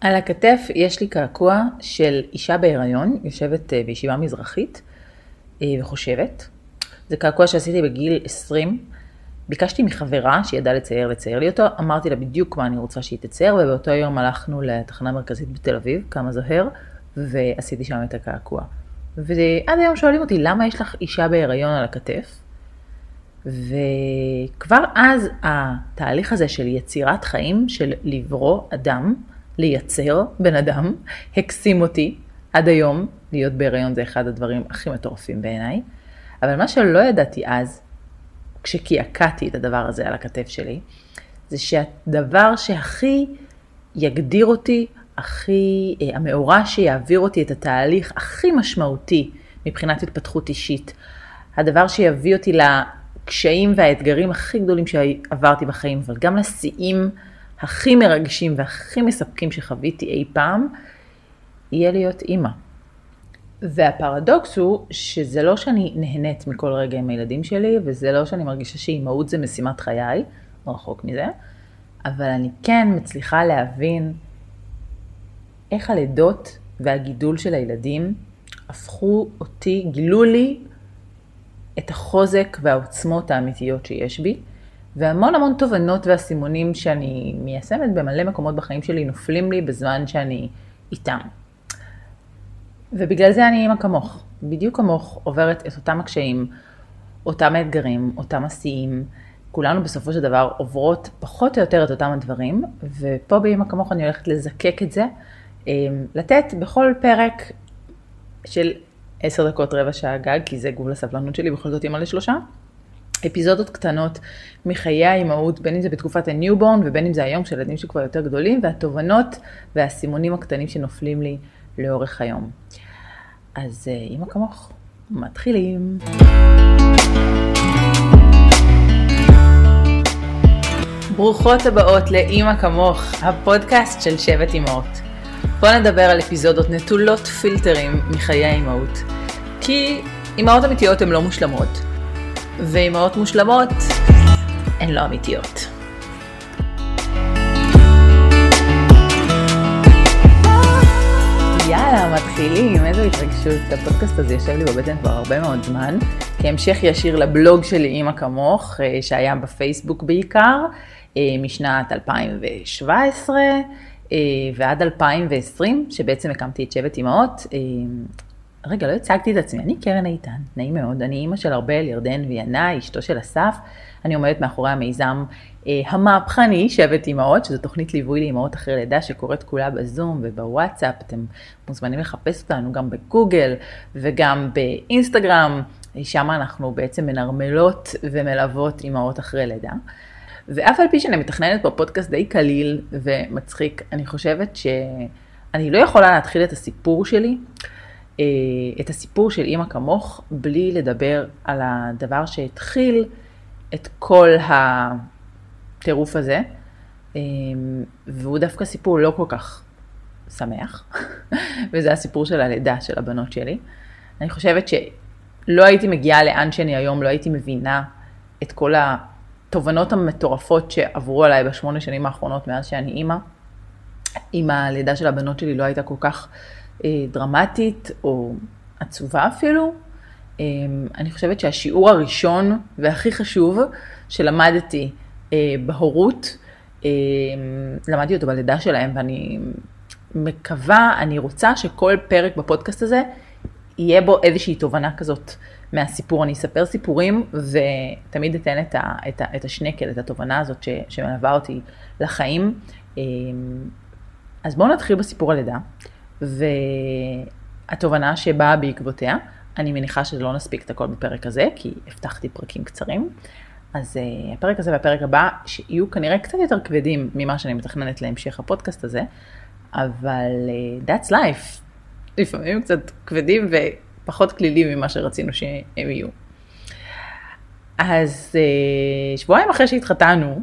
על הכתף יש לי קעקוע של אישה בהיריון, יושבת בישיבה מזרחית וחושבת. זה קעקוע שעשיתי בגיל 20. ביקשתי מחברה שידעה לצייר לי אותו, אמרתי לה בדיוק מה אני רוצה שהיא תצייר, ובאותו יום הלכנו לתחנה מרכזית בתל אביב, כמה זוהר, ועשיתי שם את הקעקוע. ועד היום שואלים אותי, למה יש לך אישה בהיריון על הכתף? וכבר אז התהליך הזה של יצירת חיים, של לברוא אדם, לייצר בן אדם, הקסים אותי. עד היום להיות בהיריון זה אחד הדברים הכי מטורפים בעיניי. אבל מה שלא ידעתי אז, כשקעקעתי את הדבר הזה על הכתף שלי, זה שהדבר שהכי יגדיר אותי, המאורע שיעביר אותי את התהליך הכי משמעותי מבחינת התפתחות אישית, הדבר שיביא אותי לקשיים והאתגרים הכי גדולים שעברתי בחיים, אבל גם לשיאים הכי מרגשים והכי מספקים שחוויתי אי פעם, יהיה להיות אימא. והפרדוקס הוא שזה לא שאני נהנית מכל רגע עם הילדים שלי, וזה לא שאני מרגישה שאימהות זה משימת חיי, רחוק מזה, אבל אני כן מצליחה להבין איך הלידות והגידול של הילדים הפכו אותי, גילו לי את החוזק והעוצמות האמיתיות שיש בי, והמון המון תובנות והסימונים שאני מיישמת במלא מקומות בחיים שלי נופלים לי בזמן שאני איתם. ובגלל זה אני אימא כמוך, בדיוק כמוך עוברת את אותם הקשיים, אותם האתגרים, אותם השיאים. כולנו בסופו של דבר עוברות פחות או יותר את אותם הדברים, ופה באימא כמוך אני הולכת לזקק את זה, לתת בכל פרק של 10 דקות, רבע שעה גג, כי זה גבול הסבלנות שלי, בכל זאת אימא ל3, אפיזודות קטנות מחיי האימהות, בין אם זה בתקופת הניובורן, ובין אם זה היום של ילדים שכבר יותר גדולים, והתובנות והסימונים הקטנים שנופלים לי לאורך היום. אז אימא כמוך, מתחילים. ברוכות הבאות לאימא כמוך, הפודקאסט של שבט אימהות. בוא נדבר על אפיזודות נטולות פילטרים מחיי האימהות. כי אימהות אמיתיות הן לא מושלמות, ואימהות מושלמות הן לא אמיתיות. יאללה, מתחילים. איזו התרגשות. הפודקאסט הזה יושב לי בבטן כבר הרבה מאוד זמן, כהמשך ישיר לבלוג שלי אימא כמוך, שהיה בפייסבוק בעיקר, משנת 2017 ועד 2020, שבעצם הקמתי את שבט אימהות. רגע, לא הצגתי את עצמי. אני קרן איתן, נעים מאוד. אני אימא של ארבל, ירדן ויאנה, אשתו של אסף. אני עומדת מאחורי המיזם המהפכני שבט אימהות, שזו תוכנית ליווי לאימהות אחרי לידה שקורית כולה בזום ובוואטסאפ. אתם מוזמנים לחפש אותנו גם בגוגל וגם באינסטגרם. שם אנחנו בעצם מנרמלות ומלוות אימהות אחרי לידה. ואף על פי שאני מתכננת בפודקאסט די קליל ומצחיק, אני חושבת שאני לא יכולה להתחיל את הסיפור שלי, את הסיפור של אימא כמוך, בלי לדבר על הדבר שהתחיל את כל הטירוף הזה, והוא דווקא סיפור לא כל כך שמח, וזה הסיפור של הלידה של הבנות שלי. אני חושבת שלא הייתי מגיעה לאן שאני היום, לא הייתי מבינה את כל התובנות המטורפות שעברו עליי ב8 שנים האחרונות מאז שאני אימא. אם הלידה של הבנות שלי לא הייתה כל כך דרמטית או עצובה אפילו. אני חושבת שהשיעור הראשון והכי חשוב שלמדתי בהורות, למדתי אותו בלידה שלהם, ואני מקווה, אני רוצה שכל פרק בפודקאסט הזה יהיה בו איזושהי תובנה כזאת מהסיפור. אני אספר סיפורים ותמיד אתן את השנקל, את התובנה הזאת שמלווה אותי לחיים. אז בואו נתחיל בסיפור הלידה. והתובנה שבאה בעקבותיה, אני מניחה שזה לא נספיק את הכל בפרק הזה, כי הבטחתי פרקים קצרים. אז הפרק הזה והפרק הבא, שיהיו כנראה קצת יותר כבדים ממה שאני מתכננת להמשך הפודקאסט הזה, אבל that's life. לפעמים קצת כבדים ופחות כלילים ממה שרצינו שהם יהיו. אז שבועיים אחרי שהתחתנו,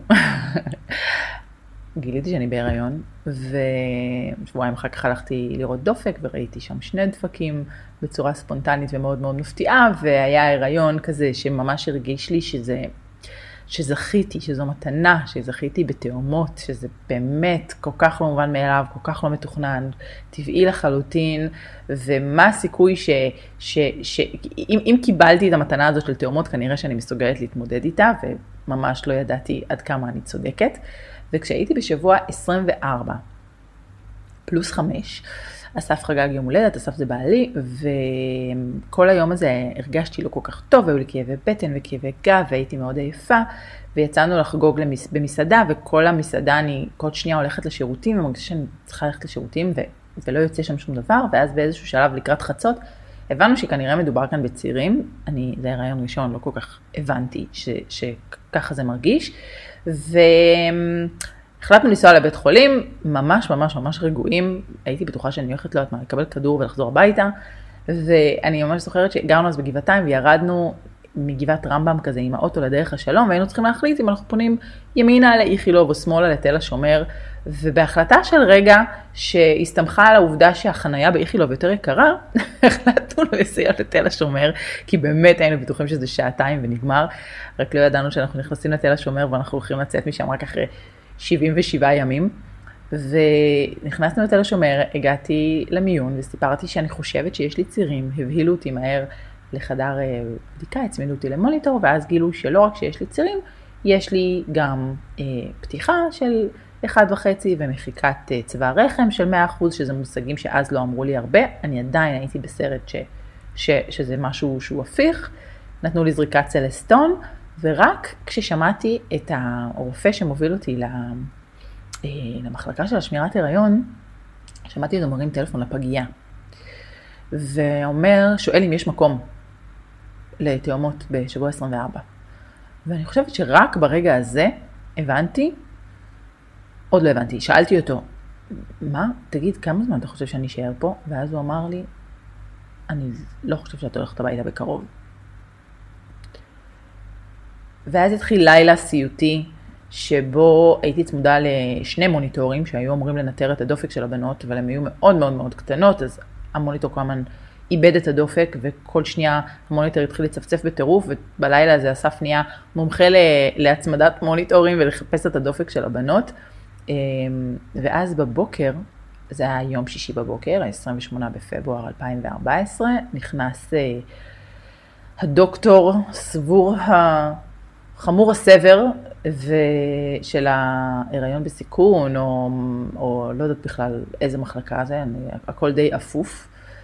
גיליתי שאני בהיריון, ושבועיים אחר כך הלכתי לראות דופק, וראיתי שם 2 דפקים בצורה ספונטנית ומאוד מאוד מפתיעה, והיה הריון כזה שממש הרגיש לי שזכיתי, שזו מתנה, שזכיתי בתאומות, שזה באמת כל כך לא מובן מאליו, כל כך לא מתוכנן, טבעי לחלוטין, ומה הסיכוי אם קיבלתי את המתנה הזאת של תאומות, כנראה שאני מסוגלת להתמודד איתה, וממש לא ידעתי עד כמה אני צודקת. וכשהייתי בשבוע 24, פלוס 5, אסף חגג יום הולדת, אסף זה בעלי, וכל היום הזה הרגשתי לא כל כך טוב, והיו לי כאבי בטן וכאבי גב, והייתי מאוד עייפה, ויצאנו לחגוג במסעדה, וכל המסעדה אני כל שנייה הולכת לשירותים, ומרגישה שאני צריכה ללכת לשירותים, ולא יוצא שם שום דבר, ואז באיזשהו שלב לקראת חצות, הבנו שכנראה מדובר כאן בצעירים, זה הרעיון ראשון, לא כל כך הבנתי שככה זה מרגיש, החלטנו לנסוע לבית חולים, ממש ממש ממש רגועים, הייתי בטוחה שאני הולכת לקבל כדור ולחזור הביתה, ואני ממש זוכרת שגרנו אז בגבעתיים, וירדנו מגבעת רמב"ם כזה עם האוטו לדרך השלום, והיינו צריכים להחליט אם אנחנו פונים ימינה לאיכילוב או שמאלה לתל השומר, ובהחלטה של רגע שהסתמכה על העובדה שהחנייה באיכילוב יותר יקרה, החלטנו לנסוע לתל השומר, כי באמת היינו בטוחים שזה שעתיים ונגמר, רק לא ידענו שאנחנו נכנסים לתל השומר ואנחנו הולכים לצאת משם רק אחרי 77 ימים, ונכנסנו לתל השומר, הגעתי למיון וסיפרתי שאני חושבת שיש לי צירים, הבהילו אותי מהר לחדר בדיקה, הצמידו אותי למוניטור, ואז גילו שלא רק שיש לי צירים, יש לי גם פתיחה של 1.5 ומחיקת צבא רחם של 100%, שזה מושגים שאז לא אמרו לי הרבה, אני עדיין הייתי בסרט שזה משהו שהוא הפיך, נתנו לי זריקת סלסטון, ורק כששמעתי את הרופא שמוביל אותי למחלקה של השמירת הריון, שמעתי אותו מרים טלפון לפגייה, ואומר, שואל אם יש מקום לתאומות בשבוע 24. ואני חושבת שרק ברגע הזה הבנתי, עוד לא הבנתי, שאלתי אותו, מה? תגיד, כמה זמן אתה חושב שאני אשאר פה? ואז הוא אמר לי, אני לא חושב שאת הולכת הביתה בקרוב. ואז התחיל לילה סיוטי, שבו הייתי צמודה לשני מוניטורים שהיו אמורים לנטר את הדופק של הבנות, אבל הם היו מאוד מאוד מאוד קטנות, אז המוניטור כמובן איבד את הדופק, וכל שנייה המוניטור התחיל לצפצף בטירוף, ובלילה הזה אסף נהיה מומחה להצמדת מוניטורים ולחפש את הדופק של הבנות. ואז בבוקר, זה היה יום שישי בבוקר, ה-28 בפברואר 2014, נכנס הדוקטור סבור חמור הסבר של ההיריון בסיכון, או לא יודעת בכלל איזה מחלקה זה, הכל די אפוף,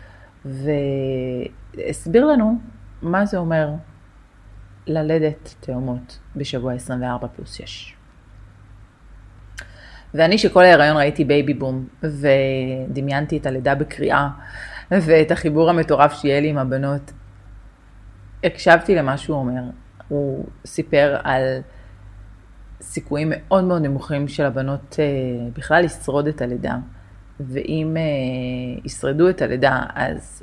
והסביר לנו מה זה אומר ללדת תאומות בשבוע 24 פלוס 6. ואני שכל ההיריון ראיתי בייבי בום, ודמיינתי את הלידה בקריאה, ואת החיבור המטורף שיהיה לי עם הבנות. הקשבתי למה שהוא אומר. הוא סיפר על סיכויים מאוד מאוד נמוכים של הבנות בכלל לשרוד את הלידה. ואם ישרדו את הלידה, אז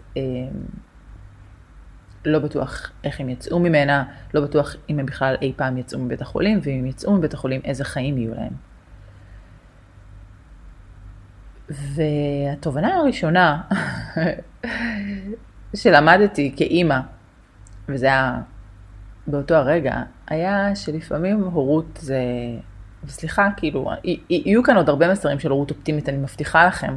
לא בטוח איך הם יצאו ממנה, לא בטוח אם הם בכלל אי פעם יצאו מבית החולים, ואם יצאו מבית החולים, איזה חיים יהיו להם. והתובנה הראשונה שלמדתי כאימא, וזה היה באותו הרגע, היה שלפעמים הורות זה, וסליחה, כאילו, יהיו כאן עוד הרבה מסרים של הורות אופטימית, אני מבטיחה לכם,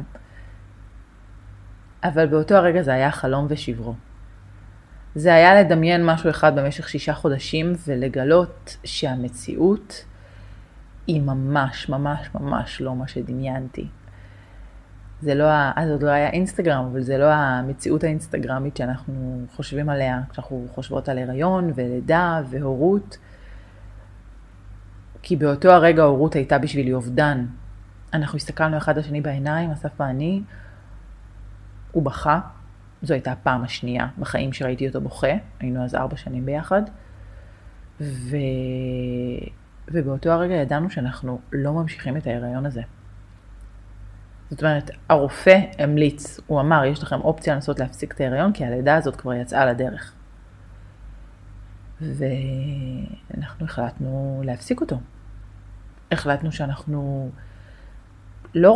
אבל באותו הרגע זה היה חלום ושברו. זה היה לדמיין משהו אחד במשך 6 חודשים, ולגלות שהמציאות היא ממש ממש ממש לא מה שדמיינתי. זה לא, אז עוד לא היה אינסטגרם, אבל זה לא המציאות האינסטגרמית שאנחנו חושבים עליה, כשאנחנו חושבות על הריון ולידה והורות. כי באותו הרגע ההורות הייתה בשבילי אובדן. אנחנו הסתכלנו אחד לשני בעיניים, אסף ואני, הוא בכה. זו הייתה הפעם השנייה בחיים שראיתי אותו בוכה, היינו אז 4 שנים ביחד. ובאותו הרגע ידענו שאנחנו לא ממשיכים את ההיריון הזה. זאת אומרת, הרופא המליץ, הוא אמר, יש לכם אופציה לנסות להפסיק את ההיריון, כי הלידה הזאת כבר יצאה לדרך. ואנחנו החלטנו להפסיק אותו. החלטנו שאנחנו לא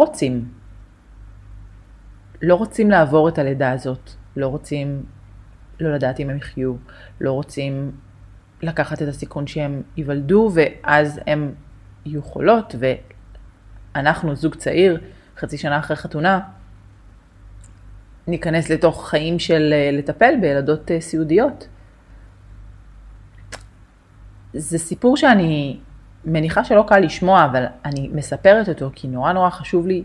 רוצים לעבור את הלידה הזאת, לא רוצים לא לדעת אם הם יחיו, לא רוצים לקחת את הסיכון שהם ייוולדו, ואז הם יהיו חולות, ואנחנו, זוג צעיר, חצי שנה אחרי חתונה, ניכנס לתוך חיים של לטפל בילדות סיעודיות. זה סיפור שאני מניחה שלא קל לשמוע, אבל אני מספרת אותו כי נורא חשוב לי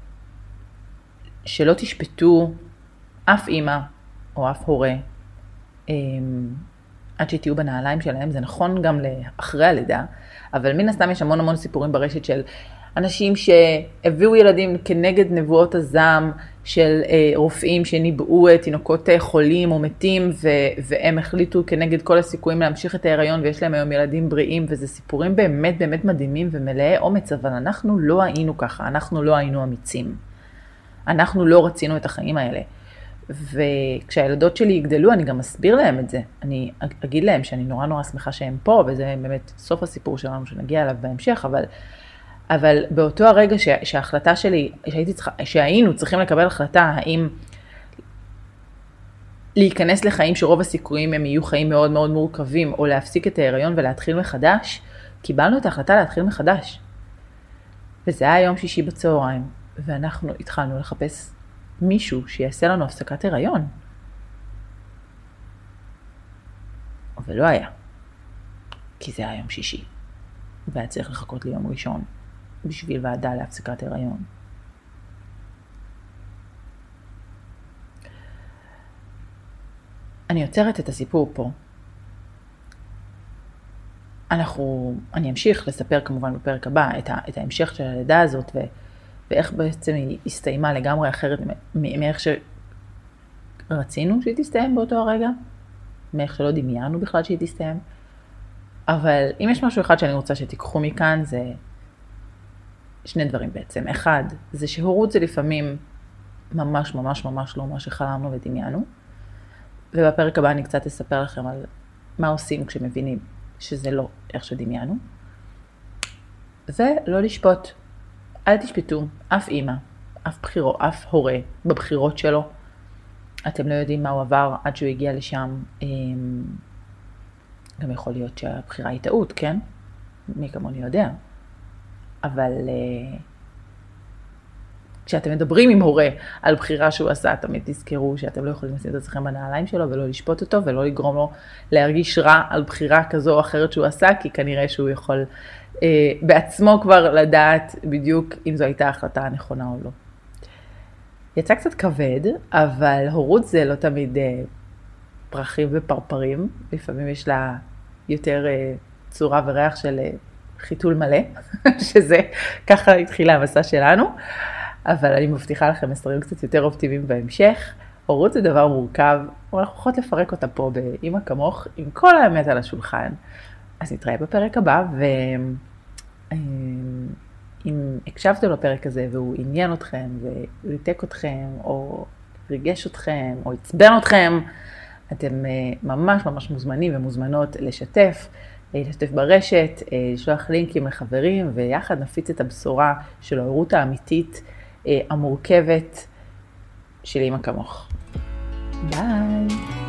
שלא תשפטו אף אמא או אף הורה עד שתהיו בנעליים שלהם. זה נכון גם לאחרי הלידה, אבל מן הסתם יש המון סיפורים ברשת של אנשים שהביאו ילדים כנגד נבואות הזעם של רופאים שניבאו תינוקות חולים או מתים, והם החליטו כנגד כל הסיכויים להמשיך את ההיריון, ויש להם היום ילדים בריאים, וזה סיפורים באמת מדהימים ומלאי אומץ, אבל אנחנו לא היינו ככה, אנחנו לא היינו אמיצים. אנחנו לא רצינו את החיים האלה. וכשהילדות שלי יגדלו, אני גם אסביר להם את זה. אני אגיד להם שאני נורא שמחה שהם פה, וזה באמת סוף הסיפור שלנו שנגיע אליו בהמשך, אבל באותו הרגע שההחלטה שלי, שהיינו צריכים לקבל החלטה, האם להיכנס לחיים שרוב הסיכויים הם יהיו חיים מאוד מורכבים, או להפסיק את ההיריון ולהתחיל מחדש, קיבלנו את ההחלטה להתחיל מחדש. וזה היה יום שישי בצהריים, ואנחנו התחלנו לחפש מישהו שיעשה לנו הפסקת הריון. אבל לא היה. כי זה היה יום שישי. והיה צריך לחכות ליום ראשון בשביל ועדה להפסקת הריון. אני יוצרת את הסיפור פה. אני אמשיך לספר כמובן בפרק הבא את ההמשך של הלידה הזאת, ואיך בעצם היא הסתיימה לגמרי אחרת מאיך שרצינו שהיא תסתיים באותו הרגע, מאיך שלא דמיינו בכלל שהיא תסתיים. אבל אם יש משהו אחד שאני רוצה שתיקחו מכאן, זה שני דברים בעצם. אחד, זה שהורות זה לפעמים ממש לא מה שחלמנו ודמיינו. ובפרק הבא אני קצת אספר לכם על מה עושים כשמבינים שזה לא איך שדמיינו. ולא לשפוט. אל תשפטו אף אמא, אף הורה בבחירות שלו. אתם לא יודעים מה הוא עבר עד שהוא הגיע לשם. גם יכול להיות שהבחירה היא טעות, כן? מי כמוני יודע. אבל כשאתם מדברים עם הורה על בחירה שהוא עשה, תמיד תזכרו שאתם לא יכולים לשים את עצמכם בנעליים שלו, ולא לשפוט אותו, ולא לגרום לו להרגיש רע על בחירה כזו או אחרת שהוא עשה, כי כנראה שהוא יכול בעצמו כבר לדעת בדיוק אם זו הייתה ההחלטה הנכונה או לא. יצא קצת כבד, אבל הורות זה לא תמיד פרחים ופרפרים. לפעמים יש לה יותר צורה וריח של חיתול מלא, שזה ככה התחילה המסע שלנו. אבל אני מבטיחה לכם מסרים קצת יותר אופטימיים בהמשך. הורות זה דבר מורכב, ואנחנו יכולות לפרק אותה פה באמא כמוך, עם כל האמת על השולחן. אז נתראה בפרק הבא, ואם הקשבתם לפרק הזה והוא עניין אתכם, וריתק אתכם, או ריגש אתכם, או עצבן אתכם, אתם ממש מוזמנים ומוזמנות לשתף ברשת, לשלוח לינקים לחברים, ויחד נפיץ את הבשורה של ההורות האמיתית, המורכבת של אמא כמוך. ביי.